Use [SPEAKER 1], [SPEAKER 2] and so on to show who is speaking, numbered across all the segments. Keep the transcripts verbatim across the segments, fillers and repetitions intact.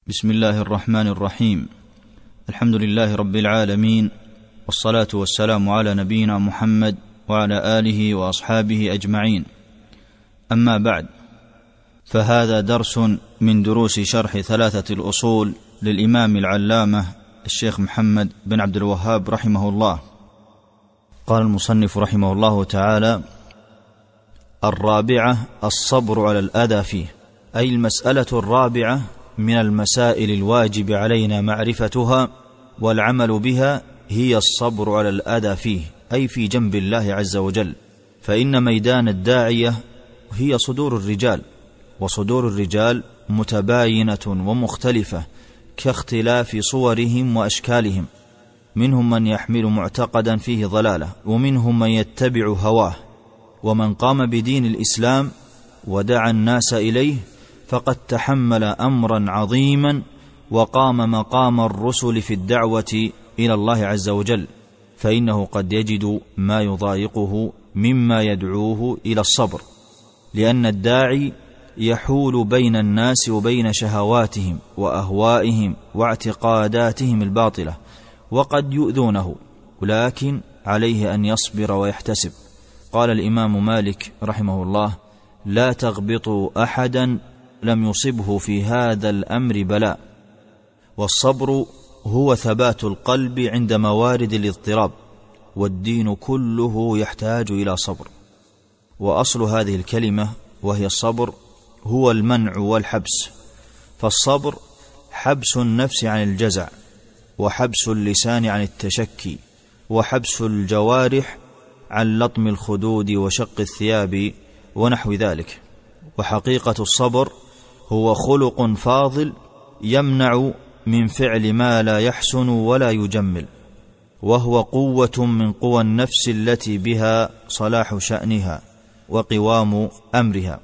[SPEAKER 1] بسم الله الرحمن الرحيم. الحمد لله رب العالمين، والصلاة والسلام على نبينا محمد وعلى آله وأصحابه أجمعين. أما بعد، فهذا درس من دروس شرح ثلاثة الأصول للإمام العلامة الشيخ محمد بن عبد الوهاب رحمه الله. قال المصنف رحمه الله تعالى: الرابعة الصبر على الأذى فيه، أي المسألة الرابعة من المسائل الواجب علينا معرفتها والعمل بها هي الصبر على الأذى فيه، أي في جنب الله عز وجل. فإن ميدان الداعية هي صدور الرجال، وصدور الرجال متباينة ومختلفة كاختلاف صورهم وأشكالهم، منهم من يحمل معتقدا فيه ضلالة، ومنهم من يتبع هواه. ومن قام بدين الإسلام ودعا الناس إليه فقد تحمل أمرا عظيما وقام مقام الرسل في الدعوة إلى الله عز وجل، فإنه قد يجد ما يضايقه مما يدعوه إلى الصبر، لأن الداعي يحول بين الناس وبين شهواتهم وأهوائهم واعتقاداتهم الباطلة، وقد يؤذونه، ولكن عليه أن يصبر ويحتسب. قال الإمام مالك رحمه الله: لا تغبطوا أحدا لم يصبه في هذا الأمر بلاء. والصبر هو ثبات القلب عند موارد الاضطراب، والدين كله يحتاج إلى صبر. وأصل هذه الكلمة وهي الصبر هو المنع والحبس، فالصبر حبس النفس عن الجزع، وحبس اللسان عن التشكي، وحبس الجوارح عن لطم الخدود وشق الثياب ونحو ذلك. وحقيقة الصبر هو خلق فاضل يمنع من فعل ما لا يحسن ولا يجمل، وهو قوة من قوى النفس التي بها صلاح شأنها وقوام أمرها.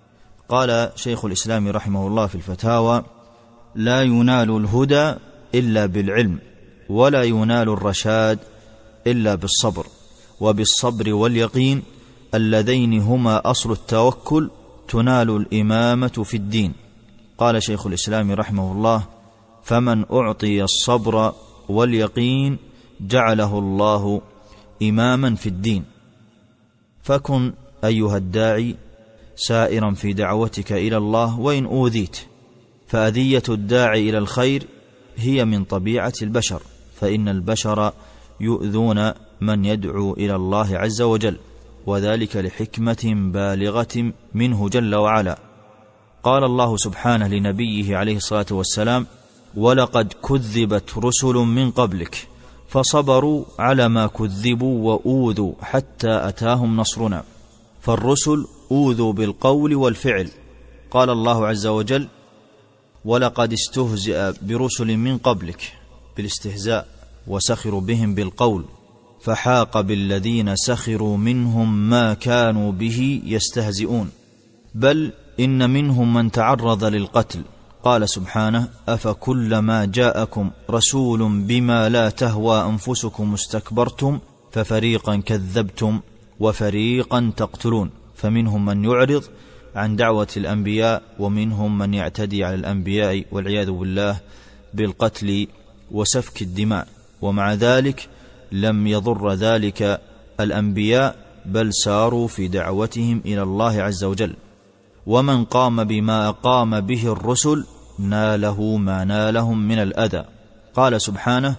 [SPEAKER 1] قال شيخ الإسلام رحمه الله في الفتاوى: لا ينال الهدى إلا بالعلم، ولا ينال الرشاد إلا بالصبر، وبالصبر واليقين اللذين هما أصل التوكل تنال الإمامة في الدين. قال شيخ الإسلام رحمه الله: فمن أعطي الصبر واليقين جعله الله إماما في الدين. فكن أيها الداعي سائرا في دعوتك إلى الله وإن أوذيت، فأذية الداعي إلى الخير هي من طبيعة البشر، فإن البشر يؤذون من يدعو إلى الله عز وجل، وذلك لحكمة بالغة منه جل وعلا. قال الله سبحانه لنبيه عليه الصلاة والسلام: ولقد كذبت رسل من قبلك فصبروا على ما كذبوا وأوذوا حتى أتاهم نصرنا. فالرسل أوذوا بالقول والفعل. قال الله عز وجل: ولقد استهزئ برسل من قبلك، بالاستهزاء، وسخروا بهم بالقول، فحاق بالذين سخروا منهم ما كانوا به يستهزئون، بل إن منهم من تعرض للقتل. قال سبحانه: أفكلما جاءكم رسول بما لا تهوى أنفسكم استكبرتم ففريقا كذبتم وفريقا تقتلون. فمنهم من يعرض عن دعوة الأنبياء، ومنهم من يعتدي على الأنبياء والعياذ بالله بالقتل وسفك الدماء، ومع ذلك لم يضر ذلك الأنبياء، بل ساروا في دعوتهم إلى الله عز وجل. ومن قام بما قام به الرسل ناله ما نالهم من الأذى. قال سبحانه: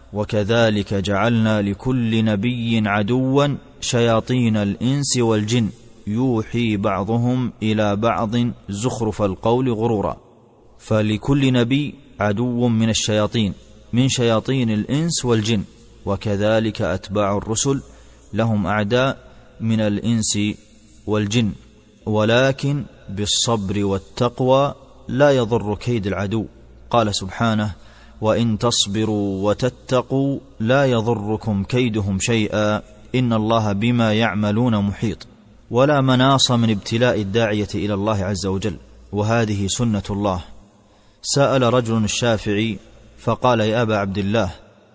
[SPEAKER 1] وكذلك جعلنا لكل نبي عدوا شياطين الإنس والجن يوحي بعضهم إلى بعض زخرف القول غرورا. فلكل نبي عدو من الشياطين، من شياطين الإنس والجن، وكذلك أتباع الرسل لهم أعداء من الإنس والجن، ولكن بالصبر والتقوى لا يضر كيد العدو. قال سبحانه: وإن تصبروا وتتقوا لا يضركم كيدهم شيئا إن الله بما يعملون محيط. ولا مناص من ابتلاء الداعية إلى الله عز وجل، وهذه سنة الله. سأل رجل الشافعي فقال: يا أبا عبد الله،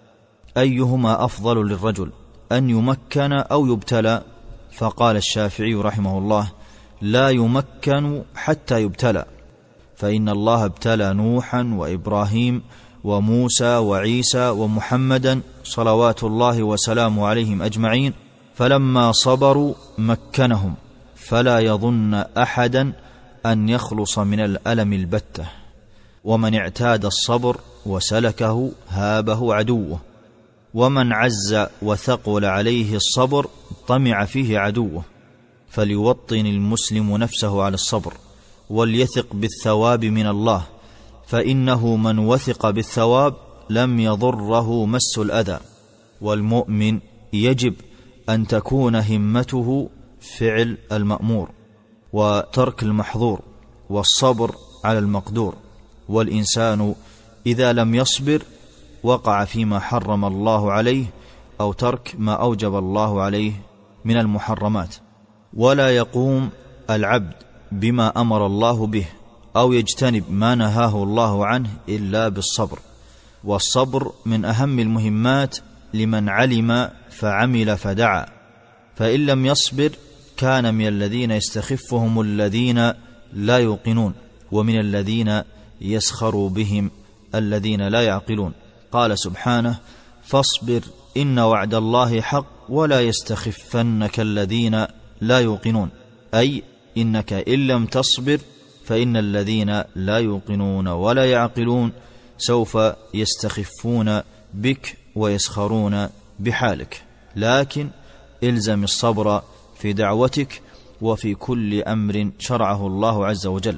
[SPEAKER 1] أيهما أفضل للرجل، أن يمكن أو يبتلى؟ فقال الشافعي رحمه الله: لا يمكن حتى يبتلى، فإن الله ابتلى نوحا وإبراهيم وموسى وعيسى ومحمدا صلوات الله وسلامه عليهم أجمعين، فلما صبروا مكنهم، فلا يظن أحدا أن يخلص من الألم البتة. ومن اعتاد الصبر وسلكه هابه عدوه، ومن عز وثقل عليه الصبر طمع فيه عدوه. فليوطن المسلم نفسه على الصبر، وليثق بالثواب من الله، فإنه من وثق بالثواب لم يضره مس الأذى. والمؤمن يجب أن تكون همته فعل المأمور وترك المحظور والصبر على المقدور. والإنسان إذا لم يصبر وقع فيما حرم الله عليه أو ترك ما أوجب الله عليه من المحرمات. ولا يقوم العبد بما أمر الله به أو يجتنب ما نهاه الله عنه إلا بالصبر. والصبر من أهم المهمات لمن علم فعمل فدعا، فإن لم يصبر كان من الذين يستخفهم الذين لا يوقنون، ومن الذين يسخر بهم الذين لا يعقلون. قال سبحانه: فاصبر إن وعد الله حق ولا يستخفنك الذين لا يوقنون، أي إنك إن لم تصبر فإن الذين لا يوقنون ولا يعقلون سوف يستخفون بك ويسخرون بحالك. لكن إلزم الصبر في دعوتك وفي كل أمر شرعه الله عز وجل.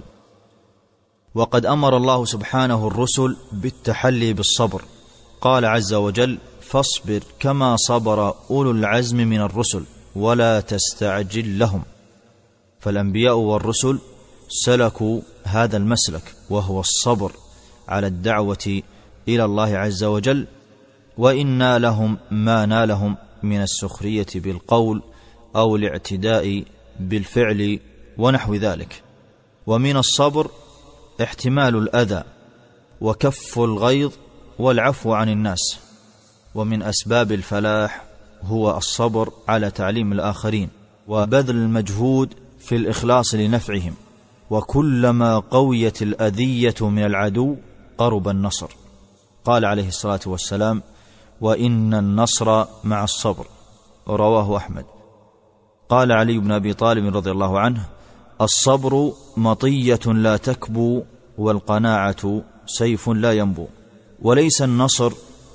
[SPEAKER 1] وقد أمر الله سبحانه الرسل بالتحلي بالصبر، قال عز وجل: فاصبر كما صبر أولو العزم من الرسل ولا تستعجل لهم. فالأنبياء والرسل سلكوا هذا المسلك، وهو الصبر على الدعوة إلى الله عز وجل، وإن نالهم ما نالهم من السخرية بالقول أو الاعتداء بالفعل ونحو ذلك. ومن الصبر احتمال الأذى وكف الغيظ والعفو عن الناس. ومن أسباب الفلاح هو الصبر على تعليم الآخرين وبذل المجهود في الإخلاص لنفعهم. وكلما قويت الأذية من العدو قرب النصر. قال عليه الصلاة والسلام: وإن النصر مع الصبر، رواه أحمد. قال علي بن أبي طالب رضي الله عنه: الصبر مطية لا تكبو، والقناعة سيف لا ينبو. وليس النصر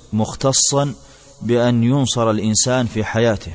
[SPEAKER 1] مختصا بأن ينصر الإنسان في حياته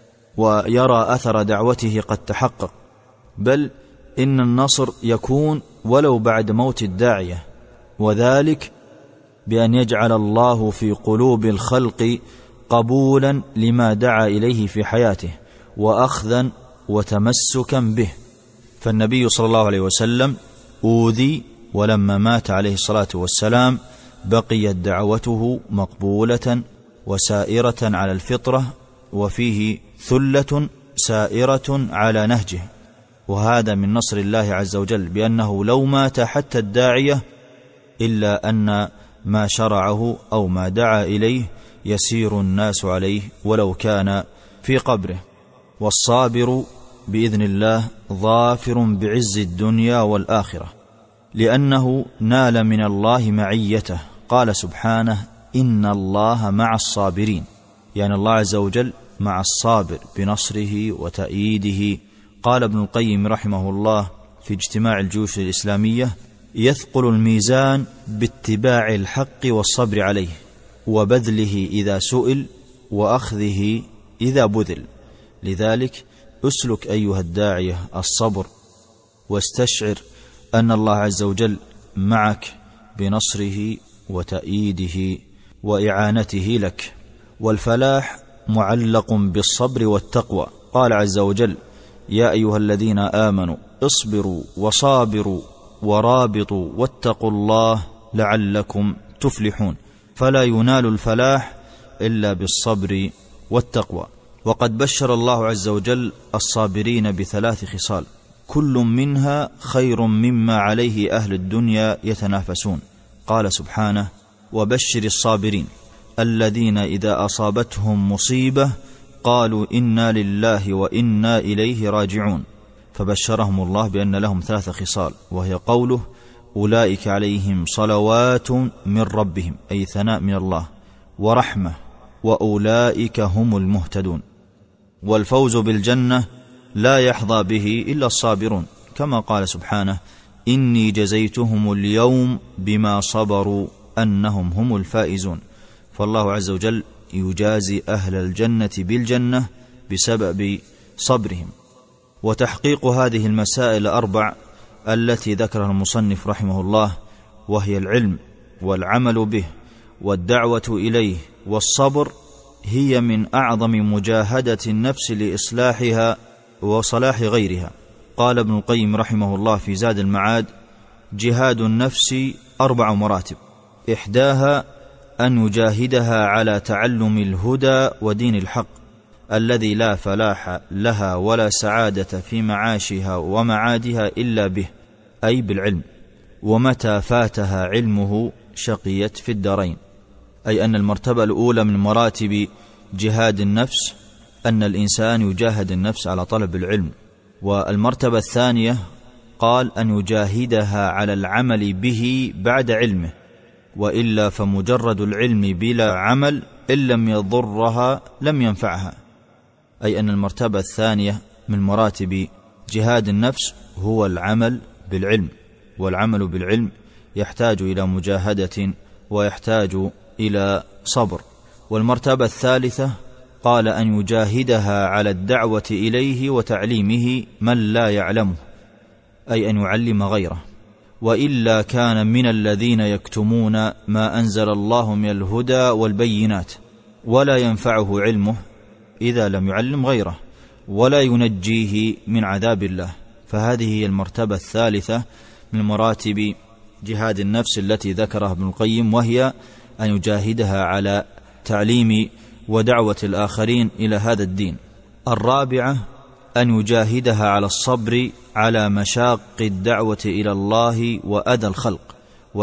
[SPEAKER 1] ويرى أثر دعوته قد تحقق، بل إن النصر يكون ولو بعد موت الداعية، وذلك بأن يجعل الله في قلوب الخلق قبولا لما دعا إليه في حياته وأخذا وتمسكا به. فالنبي صلى الله عليه وسلم أوذي، ولما مات عليه الصلاة والسلام بقيت دعوته مقبولة وسائرة على الفطرة، وفيه ثلة سائرة على نهجه. وهذا من نصر الله عز وجل، بأنه لو مات حتى الداعية إلا أن ما شرعه أو ما دعا إليه يسير الناس عليه ولو كان في قبره. والصابر بإذن الله ظافر بعز الدنيا والآخرة، لأنه نال من الله معيته. قال سبحانه: إن الله مع الصابرين، يعني الله عز وجل مع الصابر بنصره وتأييده. قال ابن القيم رحمه الله في اجتماع الجيوش الإسلامية: يثقل الميزان باتباع الحق والصبر عليه، وبذله إذا سئل، وأخذه إذا بذل. لذلك أسلك أيها الداعية الصبر، واستشعر أن الله عز وجل معك بنصره وتأييده وإعانته لك. والفلاح معلق بالصبر والتقوى. قال عز وجل: يا أيها الذين آمنوا اصبروا وصابروا ورابطوا واتقوا الله لعلكم تفلحون. فلا ينال الفلاح إلا بالصبر والتقوى. وقد بشر الله عز وجل الصابرين بثلاث خصال، كل منها خير مما عليه أهل الدنيا يتنافسون. قال سبحانه: وبشر الصابرين الذين إذا أصابتهم مصيبة قالوا إنا لله وإنا إليه راجعون. فبشرهم الله بأن لهم ثلاث خصال، وهي قوله: أولئك عليهم صلوات من ربهم، أي ثناء من الله، ورحمة، وأولئك هم المهتدون. والفوز بالجنة لا يحظى به إلا الصابرون، كما قال سبحانه: إني جزيتهم اليوم بما صبروا أنهم هم الفائزون. فالله عز وجل يجازي أهل الجنة بالجنة بسبب صبرهم. وتحقيق هذه المسائل الأربع التي ذكرها المصنف رحمه الله، وهي العلم والعمل به والدعوة إليه والصبر، هي من أعظم مجاهدة النفس لإصلاحها وصلاح غيرها. قال ابن القيم رحمه الله في زاد المعاد: جهاد النفس أربع مراتب، إحداها أن يجاهدها على تعلم الهدى ودين الحق الذي لا فلاح لها ولا سعادة في معاشها ومعادها إلا به، أي بالعلم، ومتى فاتها علمه شقيت في الدارين. أي أن المرتبة الأولى من مراتب جهاد النفس أن الإنسان يجاهد النفس على طلب العلم. والمرتبة الثانية قال أن يجاهدها على العمل به بعد علمه، وإلا فمجرد العلم بلا عمل إن لم يضرها لم ينفعها. أي أن المرتبة الثانية من مراتب جهاد النفس هو العمل بالعلم، والعمل بالعلم يحتاج إلى مجاهدة ويحتاج إلى صبر. والمرتبة الثالثة قال أن يجاهدها على الدعوة إليه وتعليمه من لا يعلمه، أي أن يعلم غيره، وإلا كان من الذين يكتمون ما أنزل الله من الهدى والبينات، ولا ينفعه علمه إذا لم يعلم غيره، ولا ينجيه من عذاب الله. فهذه هي المرتبة الثالثة من مراتب جهاد النفس التي ذكرها ابن القيم، وهي أن يجاهدها على تعليم ودعوة الآخرين إلى هذا الدين. الرابعة أن يجاهدها على الصبر على مشاق الدعوة إلى الله وأذى الخلق،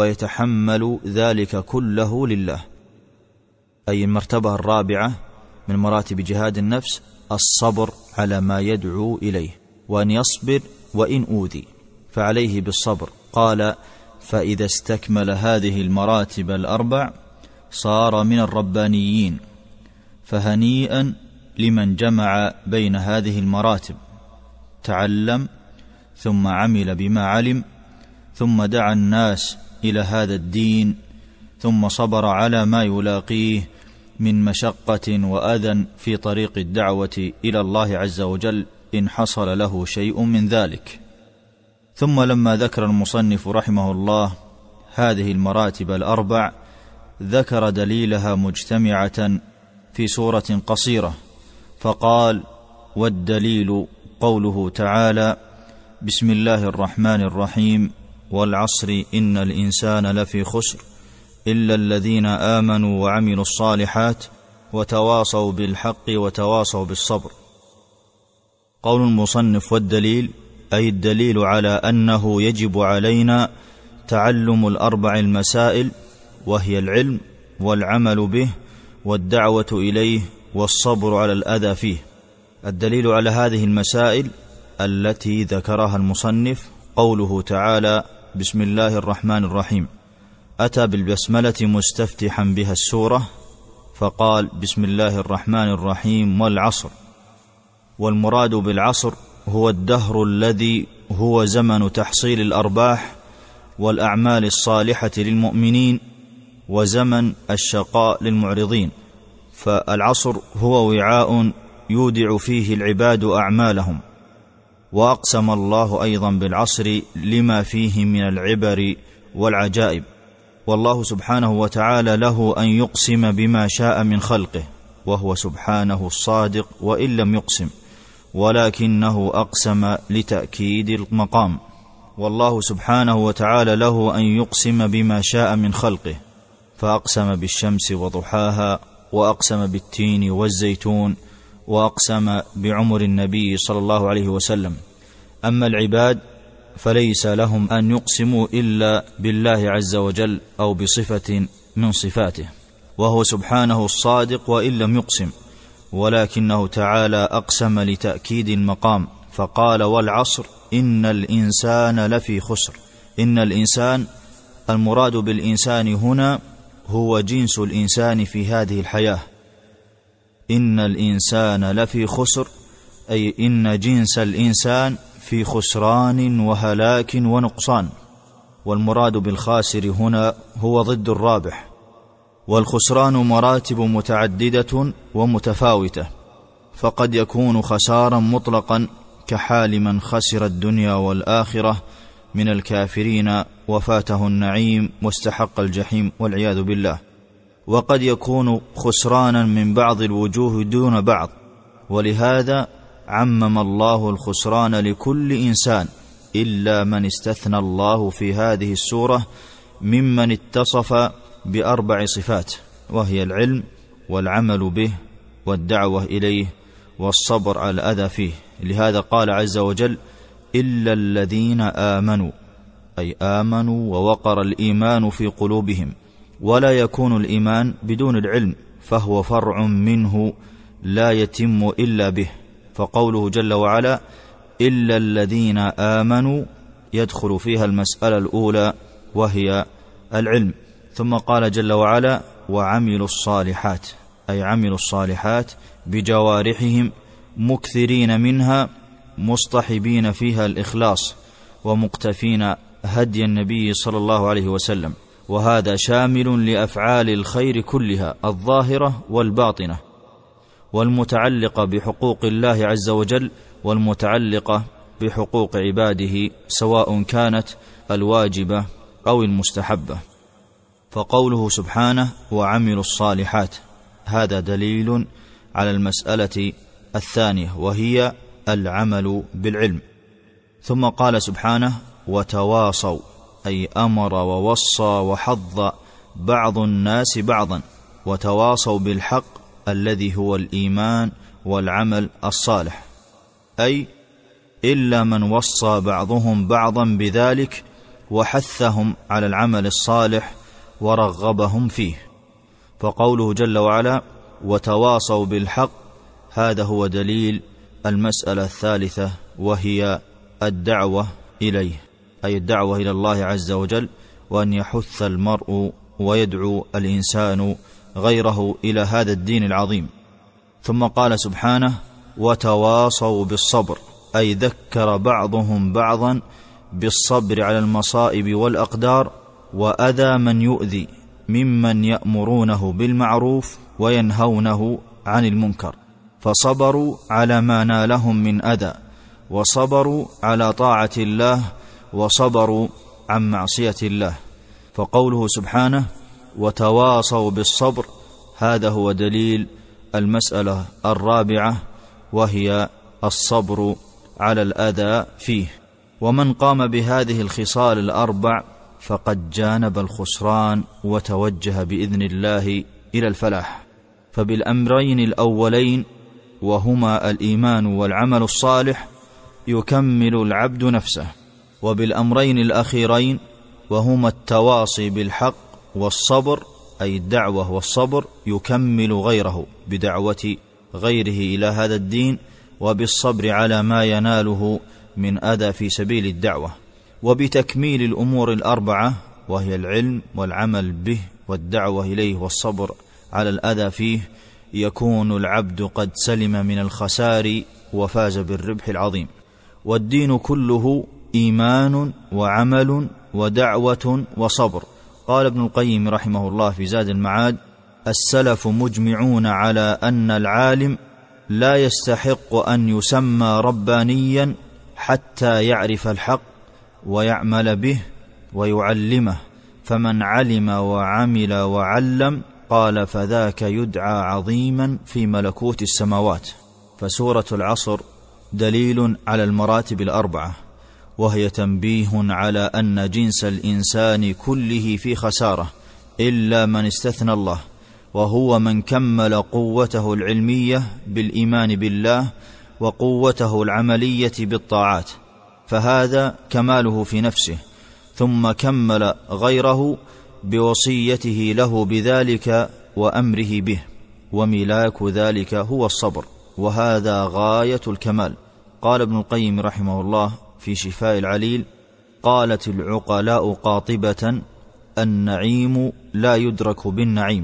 [SPEAKER 1] ويتحمل ذلك كله لله. أي المرتبة الرابعة من مراتب جهاد النفس الصبر على ما يدعو إليه، وأن يصبر وإن أوذي فعليه بالصبر. قال: فإذا استكمل هذه المراتب الأربع صار من الربانيين. فهنيئا لمن جمع بين هذه المراتب، تعلم ثم عمل بما علم، ثم دعا الناس إلى هذا الدين، ثم صبر على ما يلاقيه من مشقة وأذى في طريق الدعوة إلى الله عز وجل إن حصل له شيء من ذلك. ثم لما ذكر المصنف رحمه الله هذه المراتب الأربع ذكر دليلها مجتمعة في سورة قصيرة، فقال: والدليل قوله تعالى: بسم الله الرحمن الرحيم، والعصر إن الإنسان لفي خسر إلا الذين آمنوا وعملوا الصالحات وتواصوا بالحق وتواصوا بالصبر. قول المصنف: والدليل، أي الدليل على أنه يجب علينا تعلم الأربع المسائل، وهي العلم والعمل به والدعوة إليه والصبر على الأذى فيه. الدليل على هذه المسائل التي ذكرها المصنف قوله تعالى: بسم الله الرحمن الرحيم. أتى بالبسملة مستفتحا بها السورة، فقال: بسم الله الرحمن الرحيم والعصر. والمراد بالعصر هو الدهر الذي هو زمن تحصيل الأرباح والأعمال الصالحة للمؤمنين، وزمن الشقاء للمعرضين. فالعصر هو وعاء يودع فيه العباد أعمالهم. وأقسم الله أيضا بالعصر لما فيه من العبر والعجائب. والله سبحانه وتعالى له أن يقسم بما شاء من خلقه، وهو سبحانه الصادق وإن لم يقسم، ولكنه أقسم لتأكيد المقام. والله سبحانه وتعالى له أن يقسم بما شاء من خلقه، فأقسم بالشمس وضحاها، وأقسم بالتين والزيتون، وأقسم بعمر النبي صلى الله عليه وسلم. أما العباد فليس لهم أن يقسموا إلا بالله عز وجل أو بصفة من صفاته، وهو سبحانه الصادق وإن لم يقسم، ولكنه تعالى أقسم لتأكيد المقام، فقال: والعصر إن الإنسان لفي خسر إن الإنسان، المراد بالإنسان هنا هو جنس الإنسان في هذه الحياة. إن الإنسان لفي خسر، أي إن جنس الإنسان في خسران وهلاك ونقصان. والمراد بالخاسر هنا هو ضد الرابح. والخسران مراتب متعددة ومتفاوتة، فقد يكون خسارا مطلقا كحال من خسر الدنيا والآخرة من الكافرين وفاته النعيم واستحق الجحيم والعياذ بالله. وقد يكون خسرانا من بعض الوجوه دون بعض، ولهذا عمم الله الخسران لكل إنسان إلا من استثنى الله في هذه السورة ممن اتصف بأربع صفات، وهي العلم والعمل به والدعوة إليه والصبر على الأذى فيه. لهذا قال عز وجل: إلا الذين آمنوا، أي آمنوا ووقر الإيمان في قلوبهم. ولا يكون الإيمان بدون العلم، فهو فرع منه لا يتم إلا به. فقوله جل وعلا إلا الذين آمنوا يدخل فيها المسألة الأولى وهي العلم. ثم قال جل وعلا وعملوا الصالحات، أي عملوا الصالحات بجوارحهم مكثرين منها مصطحبين فيها الإخلاص ومقتفين هدي النبي صلى الله عليه وسلم. وهذا شامل لأفعال الخير كلها الظاهرة والباطنة، والمتعلقة بحقوق الله عز وجل والمتعلقة بحقوق عباده، سواء كانت الواجبة أو المستحبة. فقوله سبحانه وعملوا الصالحات هذا دليل على المسألة الثانية، وهي العمل بالعلم. ثم قال سبحانه وتواصوا، أي أمر ووصى وحض بعض الناس بعضا، وتواصوا بالحق الذي هو الإيمان والعمل الصالح، أي إلا من وصى بعضهم بعضا بذلك وحثهم على العمل الصالح ورغبهم فيه. فقوله جل وعلا وتواصوا بالحق هذا هو دليل المسألة الثالثة، وهي الدعوة إليه، أي الدعوة إلى الله عز وجل، وأن يحث المرء ويدعو الإنسان غيره إلى هذا الدين العظيم. ثم قال سبحانه وتواصوا بالصبر، أي ذكر بعضهم بعضا بالصبر على المصائب والأقدار وأذى من يؤذي ممن يأمرونه بالمعروف وينهونه عن المنكر، فصبروا على ما نالهم من أذى، وصبروا على طاعة الله، وصبروا عن معصية الله. فقوله سبحانه وتواصوا بالصبر هذا هو دليل المسألة الرابعة، وهي الصبر على الأذى فيه. ومن قام بهذه الخصال الأربع فقد جانب الخسران وتوجه بإذن الله إلى الفلاح. فبالأمرين الأولين وهما الإيمان والعمل الصالح يكمل العبد نفسه، وبالأمرين الأخيرين وهما التواصي بالحق والصبر، أي الدعوة والصبر، يكمل غيره بدعوة غيره إلى هذا الدين وبالصبر على ما يناله من أذى في سبيل الدعوة. وبتكميل الأمور الأربعة وهي العلم والعمل به والدعوة إليه والصبر على الأذى فيه يكون العبد قد سلم من الخسار وفاز بالربح العظيم. والدين كله إيمان وعمل ودعوة وصبر. قال ابن القيم رحمه الله في زاد المعاد السلف مجمعون على أن العالم لا يستحق أن يسمى ربانيا حتى يعرف الحق ويعمل به ويعلمه، فمن علم وعمل وعلم قال فذاك يدعى عظيما في ملكوت السماوات. فسورة العصر دليل على المراتب الأربعة، وهي تنبيه على أن جنس الإنسان كله في خسارة إلا من استثنى الله، وهو من كمل قوته العلمية بالإيمان بالله وقوته العملية بالطاعات، فهذا كماله في نفسه، ثم كمل غيره بوصيته له بذلك وأمره به، وملاك ذلك هو الصبر، وهذا غاية الكمال. قال ابن القيم رحمه الله في شفاء العليل قالت العقلاء قاطبة: النعيم لا يدرك بالنعيم،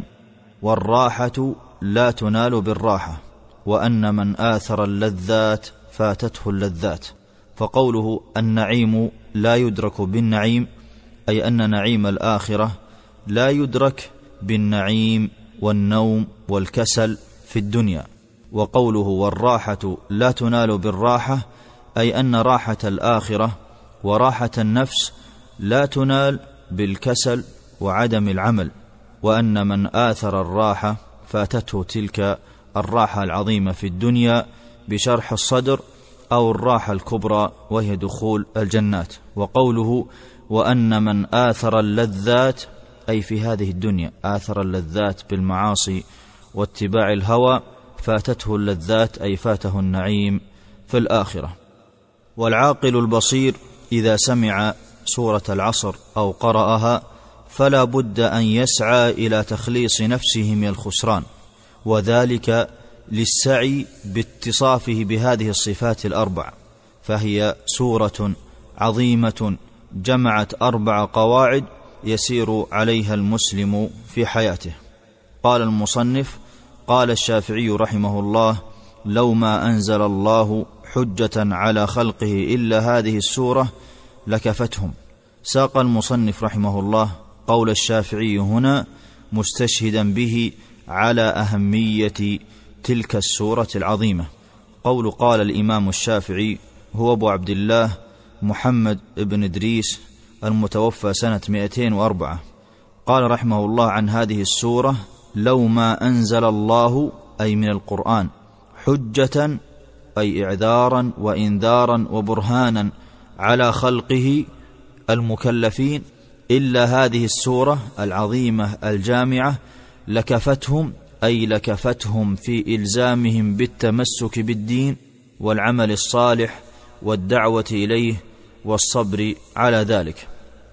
[SPEAKER 1] والراحة لا تنال بالراحة، وأن من آثر اللذات فاتته اللذات. فقوله النعيم لا يدرك بالنعيم أي أن نعيم الآخرة لا يدرك بالنعيم والنوم والكسل في الدنيا. وقوله والراحة لا تنال بالراحة أي أن راحة الآخرة وراحة النفس لا تنال بالكسل وعدم العمل، وأن من آثر الراحة فاتته تلك الراحة العظيمة في الدنيا بشرح الصدر، أو الراحة الكبرى وهي دخول الجنات. وقوله وأن من آثر اللذات أي في هذه الدنيا آثر اللذات بالمعاصي واتباع الهوى فاتته اللذات أي فاته النعيم في الآخرة. والعاقل البصير إذا سمع سورة العصر أو قرأها فلا بد أن يسعى إلى تخليص نفسه من الخسران، وذلك للسعي باتصافه بهذه الصفات الأربع، فهي سورة عظيمة جمعت أربع قواعد يسير عليها المسلم في حياته. قال المصنف: قال الشافعي رحمه الله: لو ما أنزل الله حجة على خلقه إلا هذه السورة لكفتهم. ساق المصنف رحمه الله قول الشافعي هنا مستشهدا به على أهمية تلك السورة العظيمة. قول قال الإمام الشافعي هو أبو عبد الله محمد بن إدريس المتوفى سنة مئتين وأربعة. قال رحمه الله عن هذه السورة: لو ما أنزل الله أي من القرآن حجة أي إعذارا وإنذارا وبرهانا على خلقه المكلفين إلا هذه السورة العظيمة الجامعة لكفتهم أي لكفتهم في إلزامهم بالتمسك بالدين والعمل الصالح والدعوة إليه والصبر على ذلك.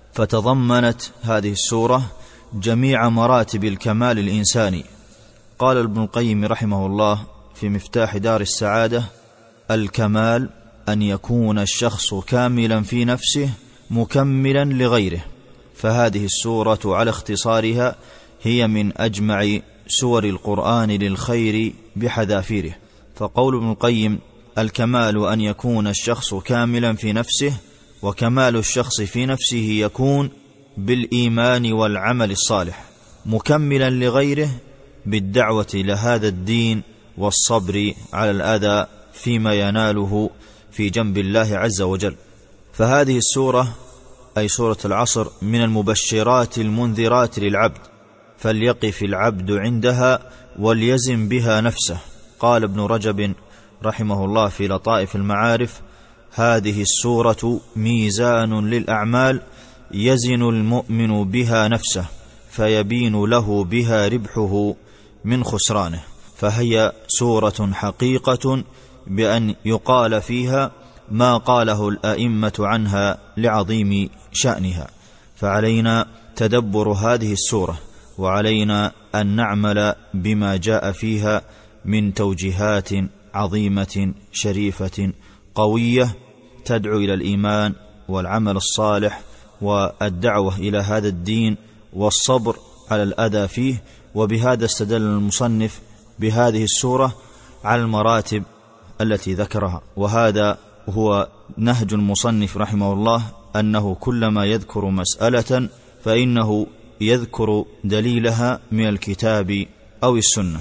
[SPEAKER 1] فتضمنت هذه السورة جميع مراتب الكمال الإنساني. قال ابن القيم رحمه الله في مفتاح دار السعادة: الكمال أن يكون الشخص كاملا في نفسه مكملا لغيره. فهذه السورة على اختصارها هي من أجمع سور القرآن للخير بحذافيره. فقول ابن القيم: الكمال أن يكون الشخص كاملا في نفسه، وكمال الشخص في نفسه يكون بالإيمان والعمل الصالح، مكملا لغيره بالدعوة لهذا الدين والصبر على الأذى فيما يناله في جنب الله عز وجل. فهذه السورة أي سورة العصر من المبشرات المنذرات للعبد، فليقف العبد عندها وليزم بها نفسه. قال ابن رجب رحمه الله في لطائف المعارف: هذه السورة ميزان للأعمال يزن المؤمن بها نفسه فيبين له بها ربحه من خسرانه. فهي سورة حقيقة بأن يقال فيها ما قاله الأئمة عنها لعظيم شأنها. فعلينا تدبر هذه السورة، وعلينا أن نعمل بما جاء فيها من توجيهات عظيمة شريفة قوية تدعو إلى الإيمان والعمل الصالح والدعوة إلى هذا الدين والصبر على الأذى فيه. وبهذا استدل المصنف بهذه السورة على المراتب التي ذكرها. وهذا هو نهج المصنف رحمه الله، أنه كلما يذكر مسألة فإنه يذكر دليلها من الكتاب أو السنة.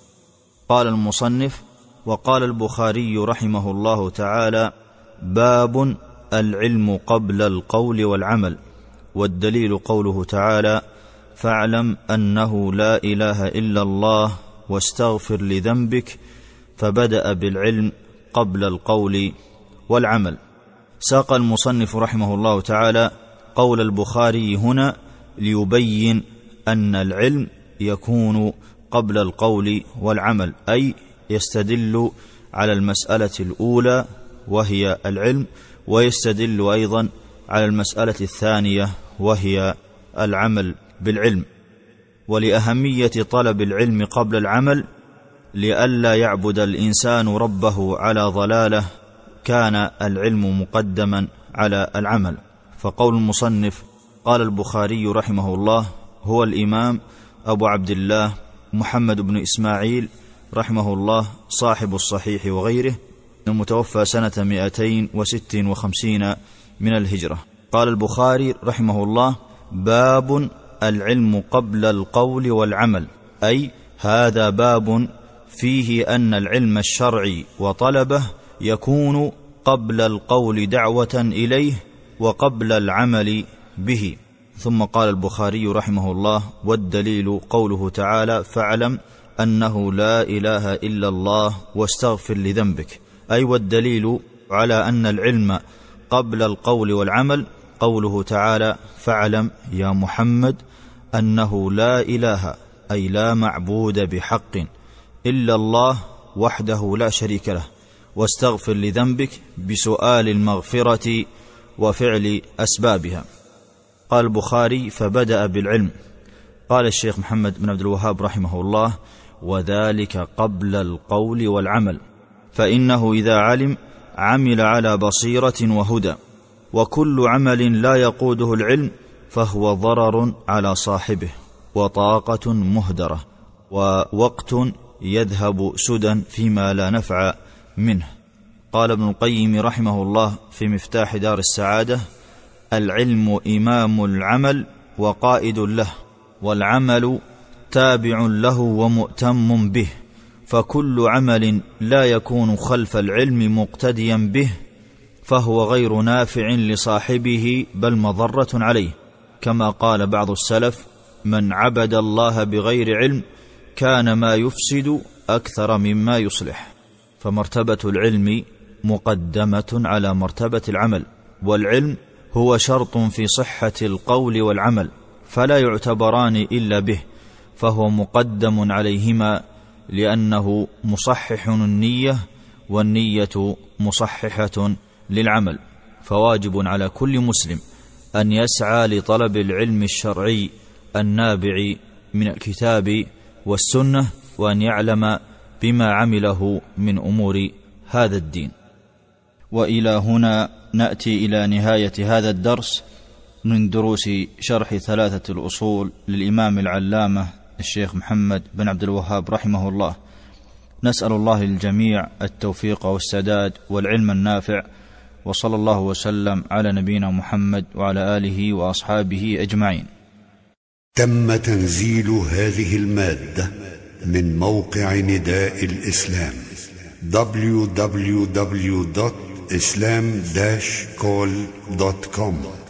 [SPEAKER 1] قال المصنف: وقال البخاري رحمه الله تعالى: باب العلم قبل القول والعمل. والدليل قوله تعالى: فاعلم أنه لا إله إلا الله واستغفر لذنبك، فبدأ بالعلم قبل القول والعمل. ساق المصنف رحمه الله تعالى قول البخاري هنا ليبين أن العلم يكون قبل القول والعمل، أي يستدل على المسألة الأولى وهي العلم، ويستدل أيضا على المسألة الثانية وهي العمل بالعلم. ولأهمية طلب العلم قبل العمل لئلا يعبد الإنسان ربه على ضلاله كان العلم مقدما على العمل. فقول المصنف: قال البخاري رحمه الله هو الإمام أبو عبد الله محمد بن إسماعيل رحمه الله صاحب الصحيح وغيره، المتوفى سنة مئتين وست وخمسين من الهجرة. قال البخاري رحمه الله: باب العلم قبل القول والعمل، أي هذا باب فيه أن العلم الشرعي وطلبه يكون قبل القول دعوة إليه وقبل العمل به. ثم قال البخاري رحمه الله: والدليل قوله تعالى: فاعلم أنه لا إله إلا الله واستغفر لذنبك، أي والدليل على أن العلم قبل القول والعمل قوله تعالى: فاعلم يا محمد أنه لا إله، أي لا معبود بحق إلا الله وحده لا شريك له، واستغفر لذنبك بسؤال المغفرة وفعل أسبابها. قال البخاري: فبدأ بالعلم. قال الشيخ محمد بن عبد الوهاب رحمه الله: وذلك قبل القول والعمل، فإنه إذا علم عمل على بصيرة وهدى، وكل عمل لا يقوده العلم فهو ضرر على صاحبه وطاقة مهدرة ووقت يذهب سدى فيما لا نفع منه. قال ابن القيم رحمه الله في مفتاح دار السعادة: العلم إمام العمل وقائد له، والعمل تابع له ومؤتم به، فكل عمل لا يكون خلف العلم مقتديا به فهو غير نافع لصاحبه بل مضرة عليه، كما قال بعض السلف: من عبد الله بغير علم كان ما يفسد أكثر مما يصلح. فمرتبة العلم مقدمة على مرتبة العمل، والعلم هو شرط في صحة القول والعمل، فلا يعتبران إلا به، فهو مقدم عليهما لأنه مصحح النية، والنية مصححة للعمل. فواجب على كل مسلم أن يسعى لطلب العلم الشرعي النابع من الكتاب والسنة، وأن يعلم بما عمله من أمور هذا الدين. وإلى هنا نأتي إلى نهاية هذا الدرس من دروس شرح ثلاثة الأصول للإمام العلامة الشيخ محمد بن عبد الوهاب رحمه الله. نسأل الله للجميع التوفيق والسداد والعلم النافع، وصلى الله وسلم على نبينا محمد وعلى آله وأصحابه أجمعين.
[SPEAKER 2] تم تنزيل هذه المادة من موقع نداء الإسلام دبليو دبليو دبليو دوت إسلام داش كول دوت كوم.